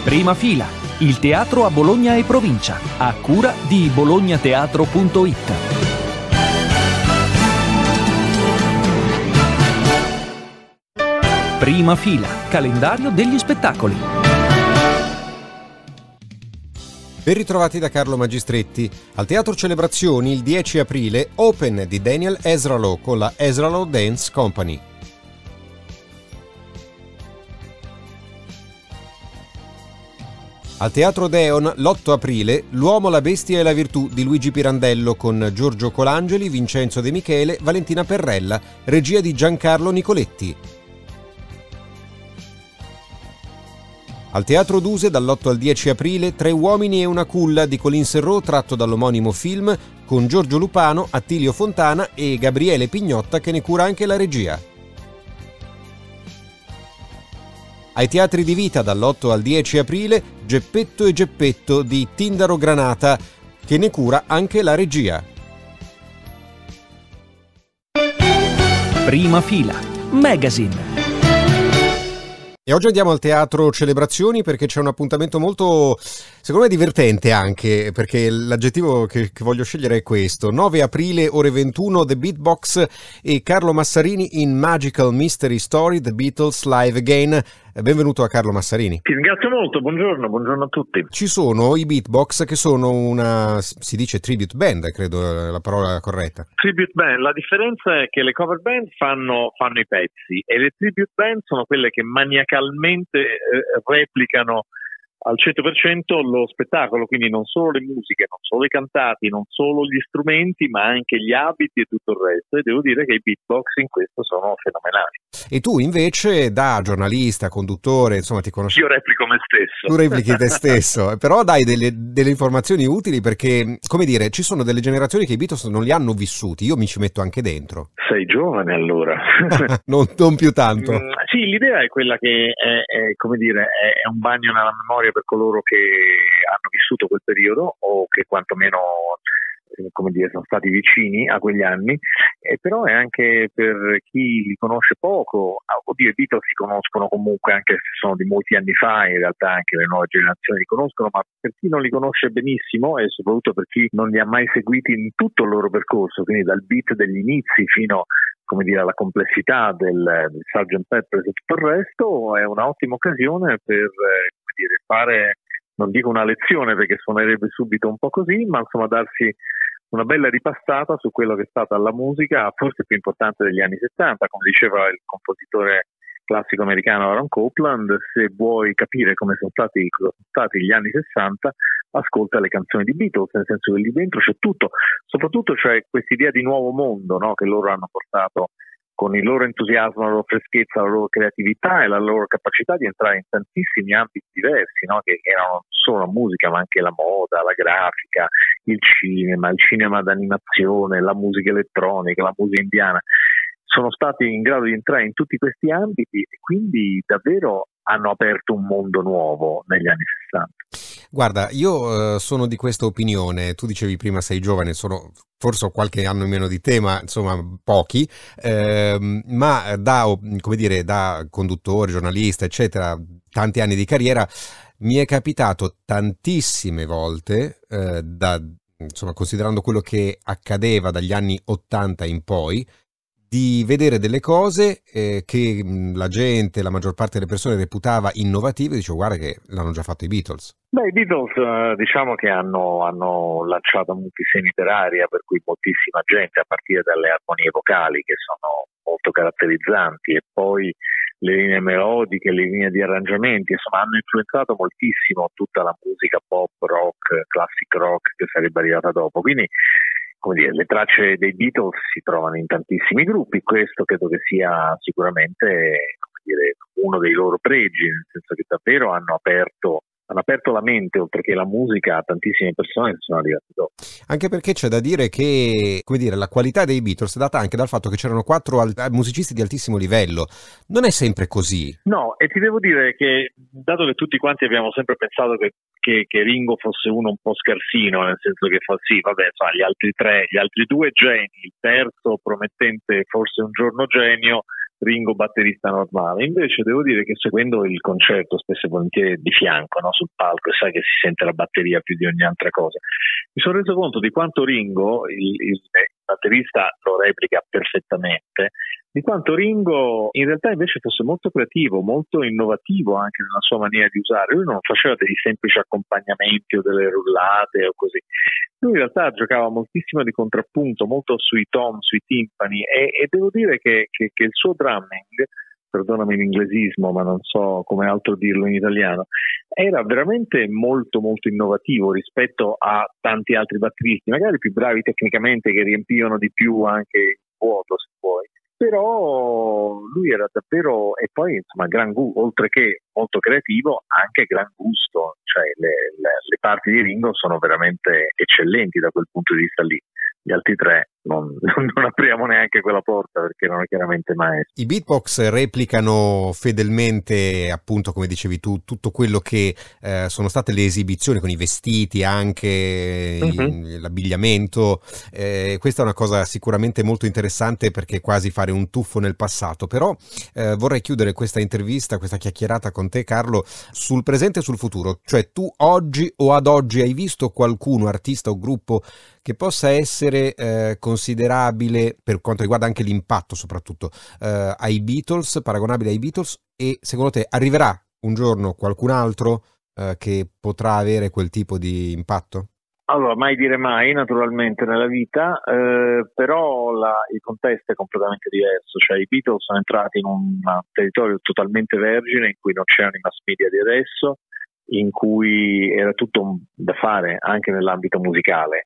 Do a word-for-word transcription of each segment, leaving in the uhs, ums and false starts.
Prima fila, il teatro a Bologna e provincia, a cura di bolognateatro punto it. Prima fila, calendario degli spettacoli. Ben ritrovati da Carlo Magistretti. Al Teatro Celebrazioni il dieci aprile Open di Daniel Ezralo con la Ezralo Dance Company. Al Teatro Deon l'otto aprile L'uomo, la bestia e la virtù di Luigi Pirandello con Giorgio Colangeli, Vincenzo De Michele, Valentina Perrella, regia di Giancarlo Nicoletti. Al Teatro Duse dall'otto al dieci aprile Tre uomini e una culla di Colin Serrault tratto dall'omonimo film con Giorgio Lupano, Attilio Fontana e Gabriele Pignotta che ne cura anche la regia. Ai Teatri di Vita dall'otto al dieci aprile Geppetto e Geppetto di Tindaro Granata che ne cura anche la regia. Prima fila, Magazine. E oggi andiamo al Teatro Celebrazioni perché c'è un appuntamento molto, secondo me, divertente anche, perché l'aggettivo che, che voglio scegliere è questo. nove aprile, ore ventuno, The Beatbox e Carlo Massarini in Magical Mystery Story, The Beatles Live Again. Benvenuto a Carlo Massarini. Ti ringrazio molto, buongiorno, buongiorno a tutti. Ci sono i Beatbox che sono una, si dice tribute band, credo è la parola corretta. Tribute band, la differenza è che le cover band fanno, fanno i pezzi e le tribute band sono quelle che maniacalmente eh, replicano al cento per cento lo spettacolo, quindi non solo le musiche, non solo i cantati, non solo gli strumenti, ma anche gli abiti e tutto il resto. E devo dire che i beatbox in questo sono fenomenali. E tu invece, da giornalista, conduttore, insomma ti conosci... Io replico me stesso. Tu replichi te stesso, però dai delle, delle informazioni utili perché, come dire, ci sono delle generazioni che i Beatles non li hanno vissuti, io mi ci metto anche dentro. Sei giovane allora. non, non più tanto. Mm, sì, l'idea è quella che è, è, come dire, è, è un bagno nella memoria per coloro che hanno vissuto quel periodo o che quantomeno come dire, sono stati vicini a quegli anni, eh, però è anche per chi li conosce poco. Oddio, i Beatles si conoscono comunque anche se sono di molti anni fa, in realtà anche le nuove generazioni li conoscono, ma per chi non li conosce benissimo e soprattutto per chi non li ha mai seguiti in tutto il loro percorso, quindi dal beat degli inizi fino come dire alla complessità del, del sergeant Pepper e tutto il resto, è un'ottima occasione per eh, come dire, fare, non dico una lezione perché suonerebbe subito un po' così, ma insomma darsi una bella ripassata su quello che è stata la musica forse più importante degli anni settanta, come diceva il compositore classico americano Aaron Copland. Se vuoi capire come sono stati, cosa sono stati gli anni sessanta, ascolta le canzoni di Beatles, nel senso che lì dentro c'è tutto, soprattutto c'è quest'idea di nuovo mondo, no, che loro hanno portato con il loro entusiasmo, la loro freschezza, la loro creatività e la loro capacità di entrare in tantissimi ambiti diversi, no? Che erano solo la musica, ma anche la moda, la grafica, il cinema, il cinema d'animazione, la musica elettronica, la musica indiana. Sono stati in grado di entrare in tutti questi ambiti e quindi davvero hanno aperto un mondo nuovo negli anni sessanta. Guarda, io uh, sono di questa opinione. Tu dicevi prima sei giovane, sono forse ho qualche anno in meno di te, ma insomma pochi, ehm, ma da, come dire, da conduttore, giornalista, eccetera, tanti anni di carriera, mi è capitato tantissime volte, eh, da, insomma, considerando quello che accadeva dagli anni ottanta in poi, di vedere delle cose eh, che mh, la gente, la maggior parte delle persone reputava innovative. Dicevo, guarda che l'hanno già fatto i Beatles. Beh, i Beatles eh, diciamo che hanno, hanno lanciato molti semi per aria, per cui moltissima gente, a partire dalle armonie vocali che sono molto caratterizzanti e poi le linee melodiche, le linee di arrangiamenti, insomma hanno influenzato moltissimo tutta la musica pop, rock, classic rock che sarebbe arrivata dopo. Quindi come dire, le tracce dei Beatles si trovano in tantissimi gruppi, questo credo che sia sicuramente come dire, uno dei loro pregi, nel senso che davvero hanno aperto hanno aperto la mente, oltre che la musica, a tantissime persone che sono arrivate dopo. Anche perché c'è da dire che, come dire, la qualità dei Beatles è data anche dal fatto che c'erano quattro al- musicisti di altissimo livello. Non è sempre così. No, e ti devo dire che, dato che tutti quanti abbiamo sempre pensato che, che, che Ringo fosse uno un po' scarsino, nel senso che fa sì, vabbè, fa gli altri tre, gli altri due geni, il terzo promettente forse un giorno genio, Ringo batterista normale. Invece devo dire che seguendo il concerto spesso e volentieri di fianco, no, sul palco, e sai che si sente la batteria più di ogni altra cosa, mi sono reso conto di quanto Ringo, il, il batterista, lo replica perfettamente, di quanto Ringo in realtà invece fosse molto creativo, molto innovativo anche nella sua maniera di usare. Lui non faceva dei semplici accompagnamenti o delle rullate o così. Lui in realtà giocava moltissimo di contrappunto, molto sui tom, sui timpani, e, e devo dire che, che, che il suo drumming, perdonami l'inglesismo ma non so come altro dirlo in italiano, era veramente molto molto innovativo rispetto a tanti altri batteristi, magari più bravi tecnicamente, che riempivano di più anche il vuoto se vuoi. Però lui era davvero, e poi insomma gran gusto, oltre che molto creativo, anche gran gusto, cioè le, le, le parti di Ringo sono veramente eccellenti da quel punto di vista lì. Gli altri tre non, non apriamo neanche quella porta perché erano chiaramente maestri. I beatbox replicano fedelmente, appunto, come dicevi tu, tutto quello che eh, sono state le esibizioni, con i vestiti, anche mm-hmm. l'abbigliamento. Eh, questa è una cosa sicuramente molto interessante, perché è quasi fare un tuffo nel passato. Però eh, vorrei chiudere questa intervista, questa chiacchierata con te, Carlo, sul presente e sul futuro. Cioè, tu oggi o ad oggi hai visto qualcuno, artista o gruppo, che possa essere eh, considerabile, per quanto riguarda anche l'impatto soprattutto, eh, ai Beatles, paragonabile ai Beatles? E secondo te arriverà un giorno qualcun altro eh, che potrà avere quel tipo di impatto? Allora, mai dire mai naturalmente nella vita, eh, però la, il contesto è completamente diverso, cioè i Beatles sono entrati in un territorio totalmente vergine in cui non c'erano i mass media di adesso, in cui era tutto da fare anche nell'ambito musicale.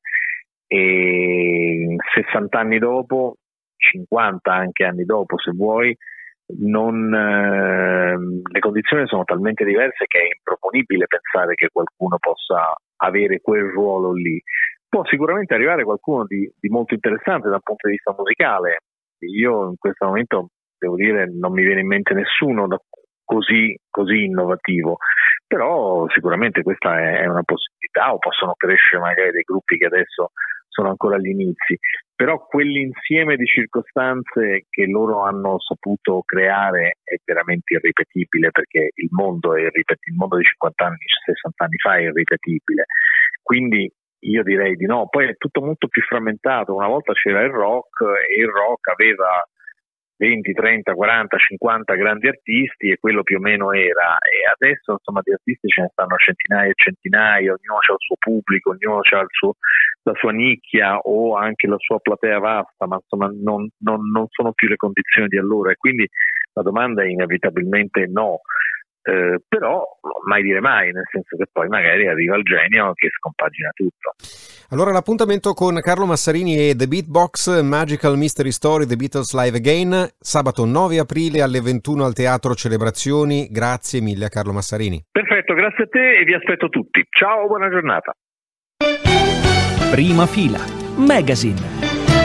E sessanta anni dopo, cinquanta anche anni dopo se vuoi, non, eh, le condizioni sono talmente diverse che è improponibile pensare che qualcuno possa avere quel ruolo lì. Può sicuramente arrivare qualcuno di, di molto interessante dal punto di vista musicale. Io in questo momento devo dire non mi viene in mente nessuno da così, così innovativo, però sicuramente questa è una possibilità, o possono crescere magari dei gruppi che adesso sono ancora agli inizi, però quell'insieme di circostanze che loro hanno saputo creare è veramente irripetibile, perché il mondo è irripetibile, il mondo di cinquanta anni, sessanta anni fa è irripetibile, quindi io direi di no. Poi è tutto molto più frammentato. Una volta c'era il rock e il rock aveva venti, trenta, quaranta, cinquanta grandi artisti e quello più o meno era, e adesso insomma di artisti ce ne stanno centinaia e centinaia, ognuno ha il suo pubblico, ognuno ha il suo, la sua nicchia o anche la sua platea vasta, ma insomma non, non, non sono più le condizioni di allora, e quindi la domanda è inevitabilmente no. Eh, però mai dire mai, nel senso che poi magari arriva il genio che scompagina tutto. Allora l'appuntamento con Carlo Massarini e The Beatbox, Magical Mystery Story, The Beatles Live Again, sabato nove aprile alle ventuno al Teatro Celebrazioni. Grazie mille a Carlo Massarini. Perfetto, grazie a te e vi aspetto tutti. Ciao, buona giornata. Prima fila, Magazine.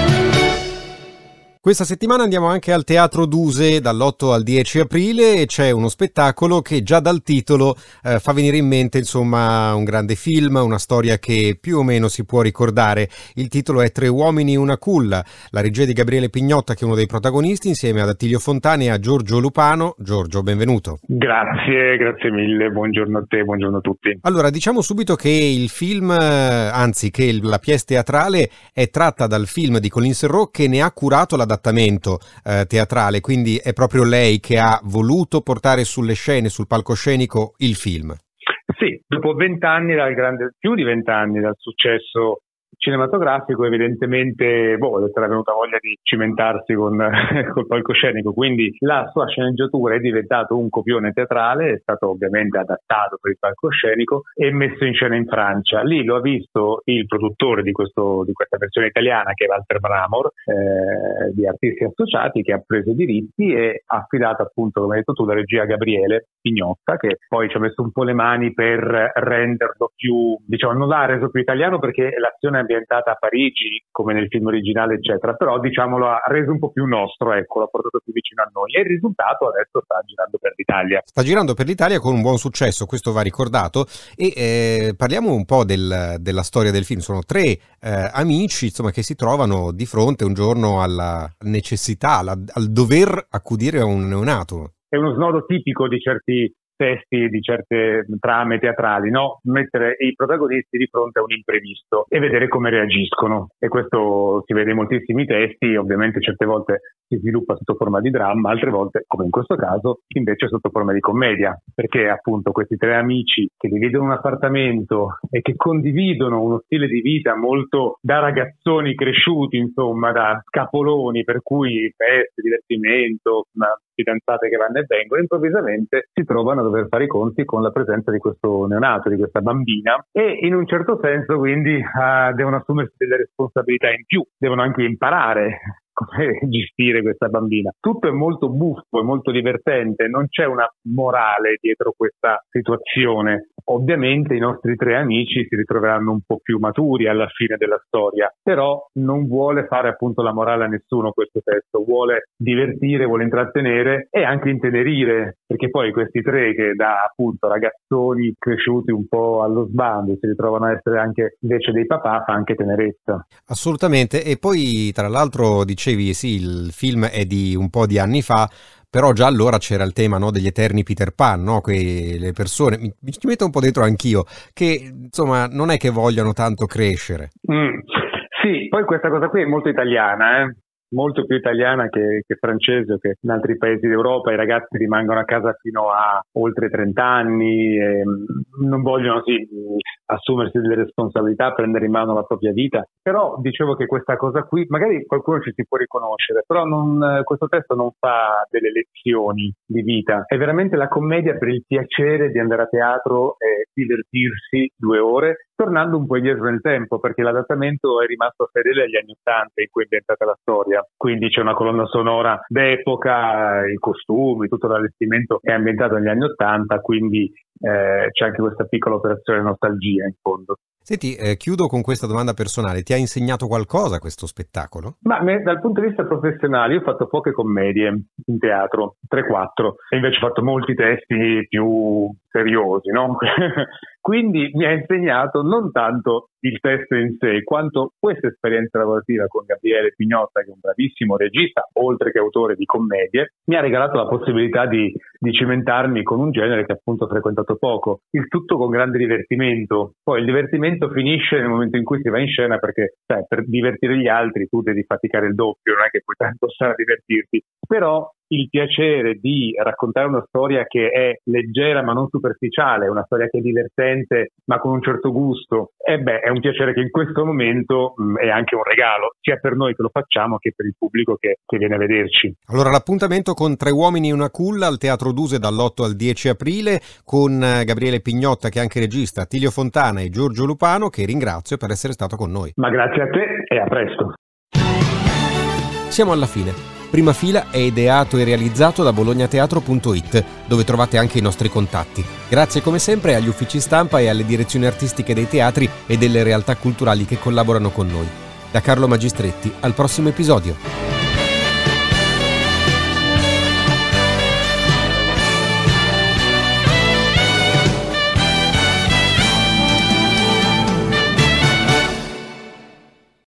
Questa settimana andiamo anche al Teatro Duse dall'otto al dieci aprile e c'è uno spettacolo che già dal titolo eh, fa venire in mente insomma un grande film, una storia che più o meno si può ricordare. Il titolo è Tre uomini una culla, la regia di Gabriele Pignotta, che è uno dei protagonisti, insieme ad Attilio Fontane e a Giorgio Lupano. Giorgio, benvenuto. Grazie, grazie mille, buongiorno a te, buongiorno a tutti. Allora, diciamo subito che il film, anzi che la pièce teatrale è tratta dal film di Colin Serrault, che ne ha curato la adattamento eh, teatrale, quindi è proprio lei che ha voluto portare sulle scene, sul palcoscenico, il film. Sì, dopo vent'anni dal grande, più di vent'anni dal successo cinematografico, evidentemente boh, era venuta voglia di cimentarsi con col palcoscenico, quindi la sua sceneggiatura è diventato un copione teatrale, è stato ovviamente adattato per il palcoscenico e messo in scena in Francia. Lì lo ha visto il produttore di, questo, di questa versione italiana, che è Walter Bramor, eh, di Artisti Associati, che ha preso i diritti e ha affidato, appunto, come hai detto tu, la regia a Gabriele Pignotta, che poi ci ha messo un po' le mani per renderlo più, diciamo, non l'ha reso più italiano, perché l'azione ambientata a Parigi come nel film originale eccetera, però diciamo l'ha reso un po' più nostro, ecco, l'ha portato più vicino a noi e il risultato adesso sta girando per l'Italia. Sta girando per l'Italia con un buon successo, questo va ricordato, e eh, parliamo un po' del, della storia del film. Sono tre eh, amici insomma che si trovano di fronte un giorno alla necessità, alla, al dover accudire a un neonato. È uno snodo tipico di certi testi, di certe trame teatrali, no? Mettere i protagonisti di fronte a un imprevisto e vedere come reagiscono, e questo si vede in moltissimi testi. Ovviamente certe volte si sviluppa sotto forma di dramma, altre volte, come in questo caso, invece sotto forma di commedia, perché appunto questi tre amici che dividono un appartamento e che condividono uno stile di vita molto da ragazzoni cresciuti, insomma, da scapoloni, per cui feste, divertimento, fidanzate che vanno e vengono, improvvisamente si trovano a dover fare i conti con la presenza di questo neonato, di questa bambina, e in un certo senso quindi uh, devono assumersi delle responsabilità in più, devono anche imparare come gestire questa bambina. Tutto è molto buffo, è molto divertente, non c'è una morale dietro questa situazione. Ovviamente i nostri tre amici si ritroveranno un po' più maturi alla fine della storia, però non vuole fare appunto la morale a nessuno questo testo, vuole divertire, vuole intrattenere e anche intenerire, perché poi questi tre che da appunto ragazzoni cresciuti un po' allo sbando si ritrovano a essere anche invece dei papà, fa anche tenerezza. Assolutamente. E poi tra l'altro dicevi sì, il film è di un po' di anni fa, però già allora c'era il tema, no, degli eterni Peter Pan, no? Quelle persone, mi, mi ci metto un po' dentro anch'io, che insomma non è che vogliano tanto crescere. Mm, sì, poi questa cosa qui è molto italiana, eh? molto più italiana che, che francese o che in altri paesi d'Europa. I ragazzi rimangono a casa fino a oltre trenta anni e non vogliono sì, assumersi delle responsabilità, prendere in mano la propria vita. Però dicevo che questa cosa qui, magari qualcuno ci si può riconoscere, però non, questo testo non fa delle lezioni di vita, è veramente la commedia per il piacere di andare a teatro e divertirsi due ore, tornando un po' indietro nel tempo, perché l'adattamento è rimasto fedele agli anni Ottanta in cui è ambientata la storia. Quindi c'è una colonna sonora d'epoca, i costumi, tutto l'allestimento è ambientato negli anni Ottanta, quindi eh, c'è anche questa piccola operazione nostalgia in fondo. Senti, eh, chiudo con questa domanda personale. Ti ha insegnato qualcosa questo spettacolo? Ma me, dal punto di vista professionale io ho fatto poche commedie in teatro, tre quattro, e invece ho fatto molti testi più seriosi, no? Quindi mi ha insegnato non tanto il testo in sé, quanto questa esperienza lavorativa con Gabriele Pignotta, che è un bravissimo regista, oltre che autore di commedie, mi ha regalato la possibilità di, di cimentarmi con un genere che appunto ho frequentato poco, il tutto con grande divertimento. Poi il divertimento finisce nel momento in cui si va in scena, perché sai, per divertire gli altri tu devi faticare il doppio, non è che puoi tanto stare a divertirti, però il piacere di raccontare una storia che è leggera ma non superficiale, una storia che è divertente ma con un certo gusto, e beh, è un piacere che in questo momento mh, è anche un regalo, sia per noi che lo facciamo che per il pubblico che, che viene a vederci. Allora l'appuntamento con Tre uomini e una culla al Teatro Duse dall'otto al dieci aprile con Gabriele Pignotta, che è anche regista, Attilio Fontana e Giorgio Lupano, che ringrazio per essere stato con noi. Ma grazie a te e a presto. Siamo alla fine. Prima Fila è ideato e realizzato da bolognateatro punto it, dove trovate anche i nostri contatti. Grazie come sempre agli uffici stampa e alle direzioni artistiche dei teatri e delle realtà culturali che collaborano con noi. Da Carlo Magistretti, al prossimo episodio.